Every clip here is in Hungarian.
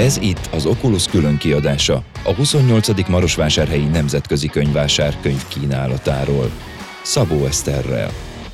Ez itt az Oculus külön kiadása, a 28. Marosvásárhelyi Nemzetközi Könyvvásár könyvkínálatáról. Szabó Eszterrel.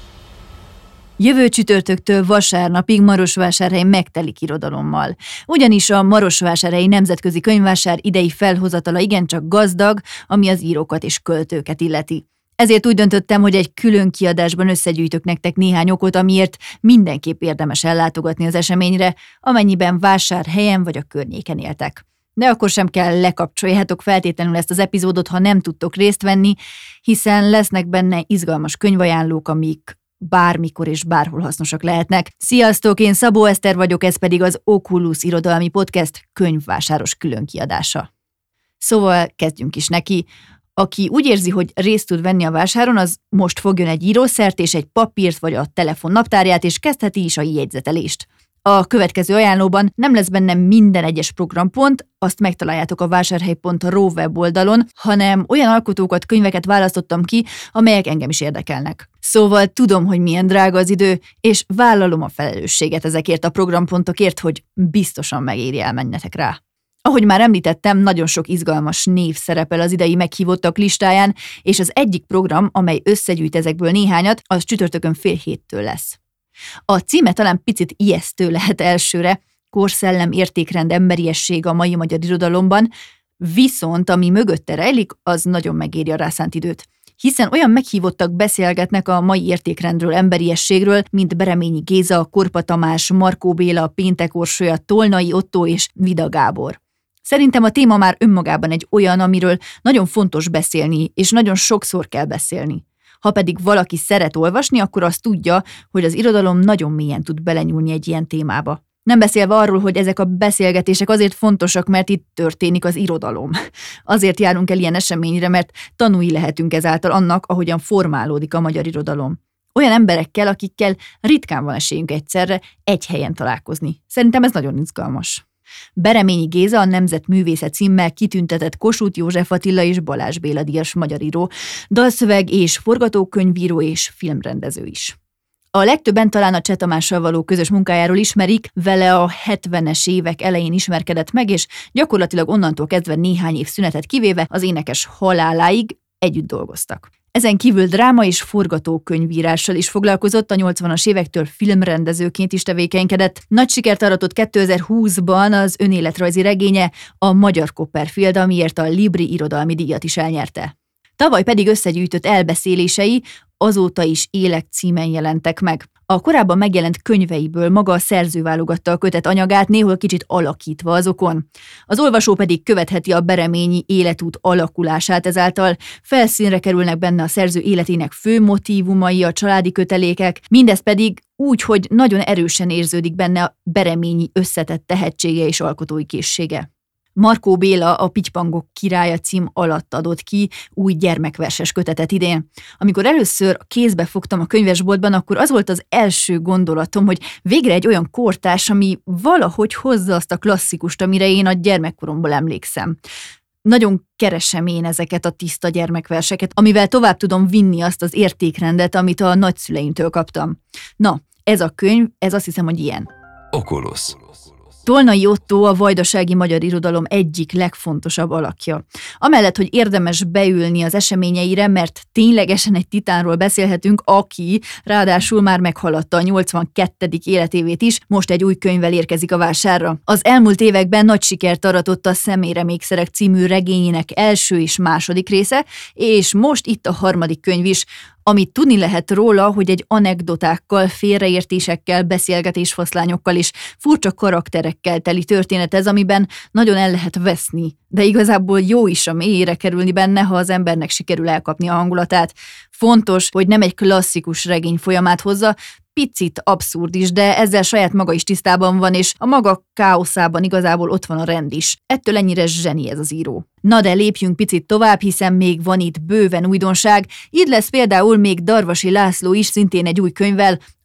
Jövő csütörtöktől vasárnapig Marosvásárhely megtelik irodalommal. Ugyanis a Marosvásárhelyi Nemzetközi Könyvvásár idei felhozatala igencsak gazdag, ami az írókat és költőket illeti. Ezért úgy döntöttem, hogy egy külön kiadásban összegyűjtök nektek néhány okot, amiért mindenképp érdemes ellátogatni az eseményre, amennyiben vásárhelyen vagy a környéken éltek. De akkor sem kell lekapcsoljátok feltétlenül ezt az epizódot, ha nem tudtok részt venni, hiszen lesznek benne izgalmas könyvajánlók, amik bármikor és bárhol hasznosak lehetnek. Sziasztok, én Szabó Eszter vagyok, ez pedig az Oculus Irodalmi Podcast könyvvásáros különkiadása. Szóval kezdjünk is neki. Aki úgy érzi, hogy részt tud venni a vásáron, az most fogjon egy írószert és egy papírt vagy a telefon naptárját, és kezdheti is a jegyzetelést. A következő ajánlóban nem lesz benne minden egyes programpont, azt megtaláljátok a vásárhely.ro weboldalon, hanem olyan alkotókat, könyveket választottam ki, amelyek engem is érdekelnek. Szóval tudom, hogy milyen drága az idő, és vállalom a felelősséget ezekért a programpontokért, hogy biztosan megéri elmennetek rá. Ahogy már említettem, nagyon sok izgalmas név szerepel az idei meghívottak listáján, és az egyik program, amely összegyűjt ezekből néhányat, az csütörtökön 6:30 lesz. A címe talán picit ijesztő lehet elsőre, korszellem, értékrend, emberiesség a mai magyar irodalomban, viszont ami mögötte rejlik, az nagyon megéri a rászánt időt. Hiszen olyan meghívottak beszélgetnek a mai értékrendről, emberiességről, mint Bereményi Géza, Korpa Tamás, Markó Béla, Péntek Orsolya, Tolnai Ottó és Vida Gábor. Szerintem a téma már önmagában egy olyan, amiről nagyon fontos beszélni, és nagyon sokszor kell beszélni. Ha pedig valaki szeret olvasni, akkor azt tudja, hogy az irodalom nagyon mélyen tud belenyúlni egy ilyen témába. Nem beszélve arról, hogy ezek a beszélgetések azért fontosak, mert itt történik az irodalom. Azért járunk el ilyen eseményre, mert tanúi lehetünk ezáltal annak, ahogyan formálódik a magyar irodalom. Olyan emberekkel, akikkel ritkán van esélyünk egyszerre egy helyen találkozni. Szerintem ez nagyon izgalmas. Bereményi Géza a Nemzetművésze címmel kitüntetett Kossuth József Attila és Balázs Béla díjas magyar író, dalszöveg és forgatókönyvíró és filmrendező is. A legtöbben talán a Cseh Tamással való közös munkájáról ismerik, vele a 70-es évek elején ismerkedett meg, és gyakorlatilag onnantól kezdve néhány év szünetet kivéve az énekes haláláig együtt dolgoztak. Ezen kívül dráma és forgatókönyvírással is foglalkozott, a 80-as évektől filmrendezőként is tevékenykedett. Nagy sikert aratott 2020-ban az önéletrajzi regénye, a Magyar Copperfield, amiért a Libri irodalmi díjat is elnyerte. Tavaly pedig összegyűjtött elbeszélései Azóta is élek címen jelentek meg. A korábban megjelent könyveiből maga a szerző válogatta a kötet anyagát, néhol kicsit alakítva azokon. Az olvasó pedig követheti a bereményi életút alakulását, ezáltal felszínre kerülnek benne a szerző életének fő motívumai, a családi kötelékek, mindez pedig úgy, hogy nagyon erősen érződik benne a bereményi összetett tehetsége és alkotói készsége. Markó Béla a Pitypangok királya cím alatt adott ki új gyermekverses kötetet idén. Amikor először kézbe fogtam a könyvesboltban, akkor az volt az első gondolatom, hogy végre egy olyan kortárs, ami valahogy hozza azt a klasszikust, amire én a gyermekkoromból emlékszem. Nagyon keresem én ezeket a tiszta gyermekverseket, amivel tovább tudom vinni azt az értékrendet, amit a nagyszüleimtől kaptam. Na, ez a könyv, ez azt hiszem, hogy ilyen. Oculus. Tolnai Ottó a vajdasági magyar irodalom egyik legfontosabb alakja. Amellett, hogy érdemes beülni az eseményeire, mert ténylegesen egy titánról beszélhetünk, aki ráadásul már meghaladta a 82. életévét is, most egy új könyvvel érkezik a vásárra. Az elmúlt években nagy sikert aratott a Személyremékszerek című regényének első és második része, és most itt a harmadik könyv is. Amit tudni lehet róla, hogy egy anekdotákkal, félreértésekkel, beszélgetésfoszlányokkal és furcsa karakterekkel teli történet ez, amiben nagyon el lehet veszni. De igazából jó is a mélyére kerülni benne, ha az embernek sikerül elkapni a hangulatát. Fontos, hogy nem egy klasszikus regény folyamát hozza, picit abszurd is, de ezzel saját maga is tisztában van, és a maga káoszában igazából ott van a rend is. Ettől ennyire zseni ez az író. Na de lépjünk picit tovább, hiszen még van itt bőven újdonság. Így lesz például még Darvasi László is szintén egy új könyvvel,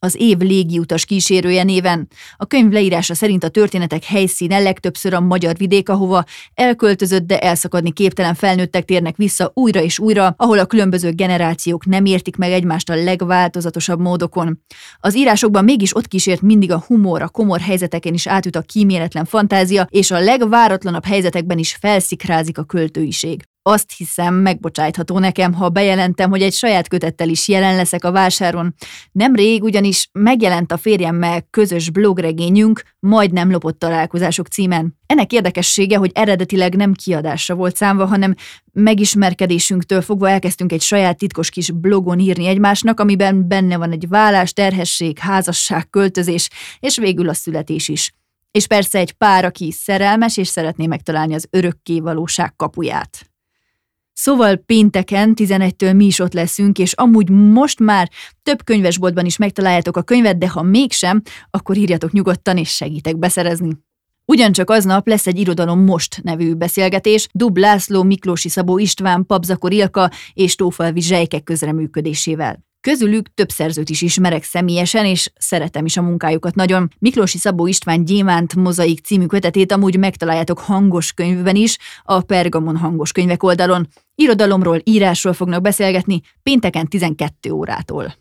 az év légiutas kísérője néven. A könyv leírása szerint a történetek helyszíne legtöbbször a magyar vidék, ahova elköltözött, de elszakadni képtelen felnőttek térnek vissza újra és újra, ahol a különböző generációk nem értik meg egymást a legváltozatosabb módokon. Az írásokban mégis ott kísért mindig a humor, a komor helyzeteken is átüt a kíméletlen fantázia, és a legváratlanabb helyzetekben is felszikrázik a költőiség. Azt hiszem, megbocsájtható nekem, ha bejelentem, hogy egy saját kötettel is jelen leszek a vásáron. Nemrég ugyanis megjelent a férjemmel közös blogregényünk, Majdnem lopott találkozások címen. Ennek érdekessége, hogy eredetileg nem kiadásra volt számva, hanem megismerkedésünktől fogva elkezdtünk egy saját titkos kis blogon írni egymásnak, amiben benne van egy vállás, terhesség, házasság, költözés, és végül a születés is. És persze egy pár, aki szerelmes, és szeretné megtalálni az örökké valóság kapuját. Szóval pénteken 11-től mi is ott leszünk, és amúgy most már több könyvesboltban is megtaláljátok a könyvet, de ha mégsem, akkor írjatok nyugodtan, és segítek beszerezni. Ugyancsak aznap lesz egy Irodalom Most nevű beszélgetés, Dub László, Miklósi Szabó István, Papzakor Ilka és Tófalvi Zsejke közreműködésével. Közülük több szerzőt is ismerek személyesen, és szeretem is a munkájukat nagyon. Miklósi Szabó István Gyémánt Mozaik című kötetét amúgy megtaláljátok hangos könyvben is, a Pergamon hangos könyvek oldalon. Irodalomról, írásról fognak beszélgetni pénteken 12 órától.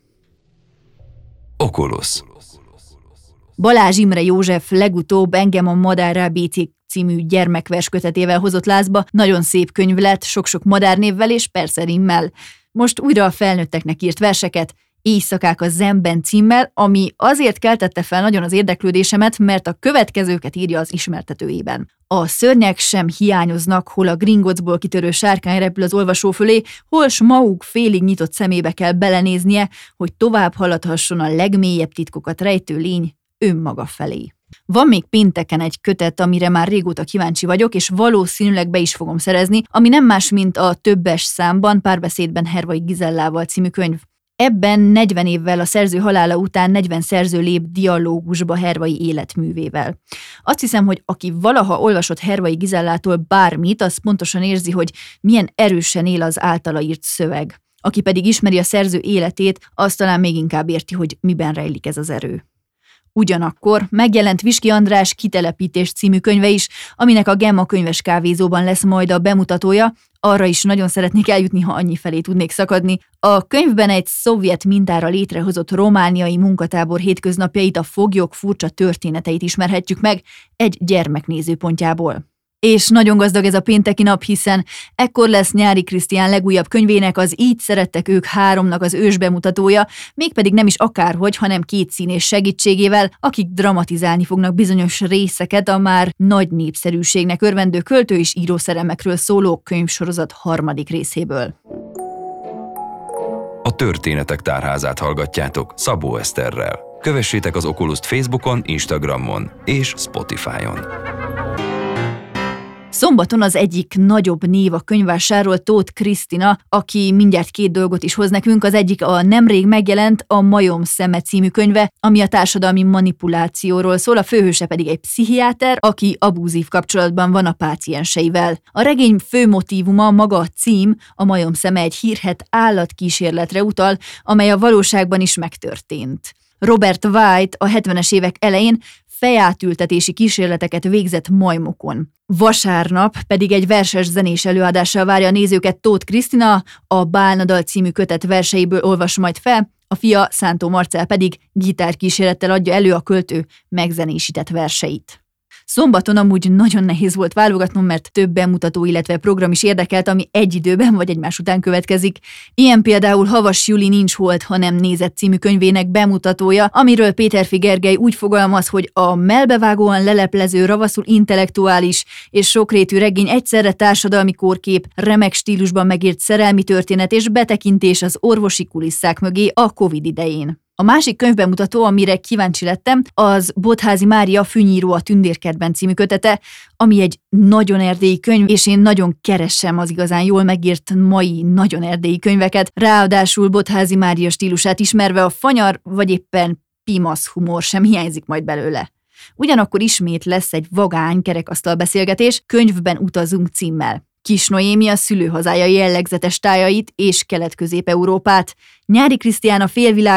Oculus. Balázs Imre József legutóbb Engem a madár rábízik című gyermekvers kötetével hozott lázba, nagyon szép könyv lett, sok-sok madárnévvel és persze rimmel. Most újra a felnőtteknek írt verseket, Éjszakák a Zenben címmel, ami azért keltette fel nagyon az érdeklődésemet, mert a következőket írja az ismertetőjében. A szörnyek sem hiányoznak, hol a Gringottsból kitörő sárkány repül az olvasó fölé, hol Smaug félig nyitott szemébe kell belenéznie, hogy tovább haladhasson a legmélyebb titkokat rejtő lény önmaga felé. Van még pénteken egy kötet, amire már régóta kíváncsi vagyok, és valószínűleg be is fogom szerezni, ami nem más, mint a többes számban, párbeszédben Hervai Gizellával című könyv. Ebben 40 évvel a szerző halála után 40 szerző lép dialógusba Hervai életművével. Azt hiszem, hogy aki valaha olvasott Hervai Gizellától bármit, az pontosan érzi, hogy milyen erősen él az általa írt szöveg. Aki pedig ismeri a szerző életét, az talán még inkább érti, hogy miben rejlik ez az erő. Ugyanakkor megjelent Viski András Kitelepítés című könyve is, aminek a Gemma könyves kávézóban lesz majd a bemutatója, arra is nagyon szeretnék eljutni, ha annyi felé tudnék szakadni. A könyvben egy szovjet mintára létrehozott romániai munkatábor hétköznapjait, a foglyok furcsa történeteit ismerhetjük meg egy gyermek nézőpontjából. És nagyon gazdag ez a pénteki nap, hiszen ekkor lesz Nyári Krisztián legújabb könyvének, az Így szerettek ők 3-nak az ősbemutatója, mégpedig nem is akárhogy, hanem 2 színész segítségével, akik dramatizálni fognak bizonyos részeket a már nagy népszerűségnek örvendő költő és írószeremekről szóló könyvsorozat 3. részéből. A Történetek Tárházát hallgatjátok Szabó Eszterrel. Kövessétek az Oculust Facebookon, Instagramon és Spotify-on. Szombaton az egyik nagyobb név a könyvvásárról Tóth Krisztina, aki mindjárt 2 dolgot is hoz nekünk. Az egyik a nemrég megjelent a Majom szeme című könyve, ami a társadalmi manipulációról szól, a főhőse pedig egy pszichiáter, aki abúzív kapcsolatban van a pácienseivel. A regény fő motívuma, maga a cím, a Majom szeme egy hírhedt állatkísérletre utal, amely a valóságban is megtörtént. Robert White a 70-es évek elején fejátültetési kísérleteket végzett majmokon. Vasárnap pedig egy verses zenés előadással várja a nézőket Tóth Krisztina, a Bálnadal című kötet verseiből olvas majd fel, a fia Szántó Marcell pedig gitárkísérettel adja elő a költő megzenésített verseit. Szombaton amúgy nagyon nehéz volt válogatnom, mert több bemutató, illetve program is érdekelt, ami egy időben vagy egymás után következik. Ilyen például Havas Juli Nincs Holt, hanem nézett című könyvének bemutatója, amiről Péterfi Gergely úgy fogalmaz, hogy a mellbevágóan leleplező, ravaszul intellektuális és sokrétű regény egyszerre társadalmi kórkép, remek stílusban megírt szerelmi történet és betekintés az orvosi kulisszák mögé a Covid idején. A másik könyvbemutató, amire kíváncsi lettem, az Bottházy Mária Fűnyíró a Tündérkertben című kötete, ami egy nagyon erdélyi könyv, és én nagyon keresem az igazán jól megírt mai nagyon erdélyi könyveket, ráadásul Bottházy Mária stílusát ismerve a fanyar vagy éppen pimasz humor sem hiányzik majd belőle. Ugyanakkor ismét lesz egy vagány kerekasztal beszélgetés, Könyvben utazunk címmel. Kis Noémia szülőhazája jellegzetes tájait és Kelet-Közép-Európát, Nyári Krisztián a félvilágot,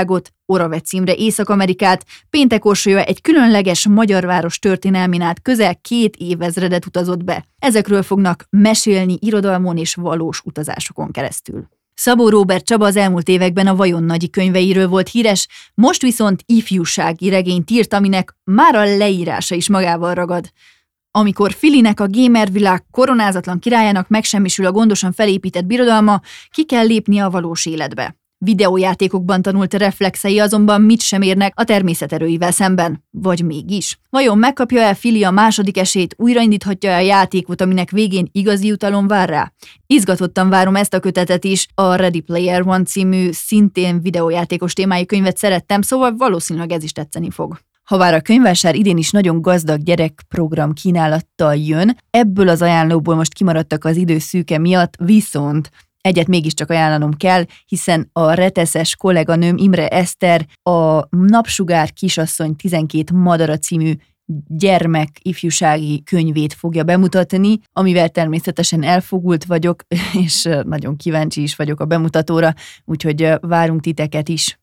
Orave címre Észak-Amerikát, péntek orsolya egy különleges magyar város történelmén át közel 2 évezredet utazott be. Ezekről fognak mesélni irodalmon és valós utazásokon keresztül. Szabó Róbert Csaba az elmúlt években a Vajon Nagyi könyveiről volt híres, most viszont ifjúsági regényt írt, aminek már a leírása is magával ragad. Amikor Filinek, a gamervilág koronázatlan királyának megsemmisül a gondosan felépített birodalma, ki kell lépnie a valós életbe. Videójátékokban tanult reflexei azonban mit sem érnek a természet erőivel szemben. Vagy mégis? Vajon megkapja-e Fili a második esélyt, újraindíthatja-e a játékot, aminek végén igazi jutalom vár rá? Izgatottan várom ezt a kötetet is, a Ready Player One című, szintén videójátékos témájú könyvet szerettem, szóval valószínűleg ez is tetszeni fog. Habár a könyvvásár idén is nagyon gazdag gyerekprogram kínálattal jön, ebből az ajánlóból most kimaradtak az idő szűke miatt, viszont egyet mégiscsak ajánlanom kell, hiszen a reteszes kolléganőm Imre Eszter a Napsugár kisasszony 12 madara című gyermek ifjúsági könyvét fogja bemutatni, amivel természetesen elfogult vagyok, és nagyon kíváncsi is vagyok a bemutatóra, úgyhogy várunk titeket is.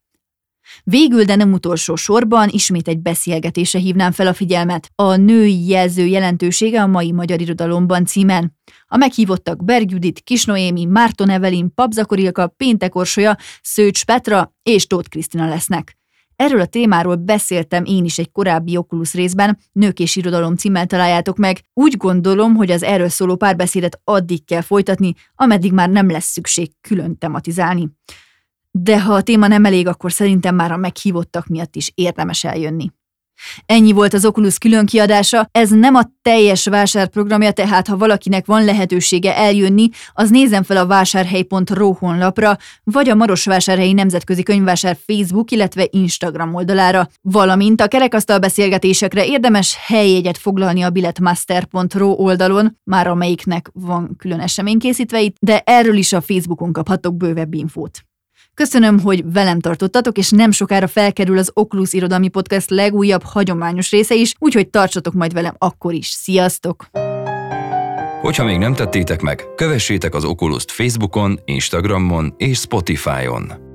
Végül, de nem utolsó sorban ismét egy beszélgetésre hívnám fel a figyelmet. A női jelző jelentősége a mai magyar irodalomban címen. A meghívottak Berg Judit, Kis Noémi, Márton Evelin, Papzakor Ilka, Péntek Orsolya, Szőcs Petra és Tóth Krisztina lesznek. Erről a témáról beszéltem én is egy korábbi Oculus részben, Nők és irodalom címmel találjátok meg. Úgy gondolom, hogy az erről szóló párbeszédet addig kell folytatni, ameddig már nem lesz szükség külön tematizálni. De ha a téma nem elég, akkor szerintem már a meghívottak miatt is érdemes eljönni. Ennyi volt az Oculus különkiadása, ez nem a teljes vásárprogramja, tehát ha valakinek van lehetősége eljönni, az nézzen fel a vásárhely.ro honlapra, vagy a Marosvásárhelyi Nemzetközi Könyvvásár Facebook, illetve Instagram oldalára, valamint a kerekasztal beszélgetésekre érdemes helyjegyet foglalni a biletmaster.ro oldalon, már amelyiknek van külön esemény készítve itt, de erről is a Facebookon kaphatok bővebb infót. Köszönöm, hogy velem tartottatok, és nem sokára felkerül az Oculus Irodalmi Podcast legújabb hagyományos része is, úgyhogy tartsatok majd velem akkor is. Sziasztok! Hogyha még nem tettétek meg, kövessétek az Oculust Facebookon, Instagramon és Spotify-on.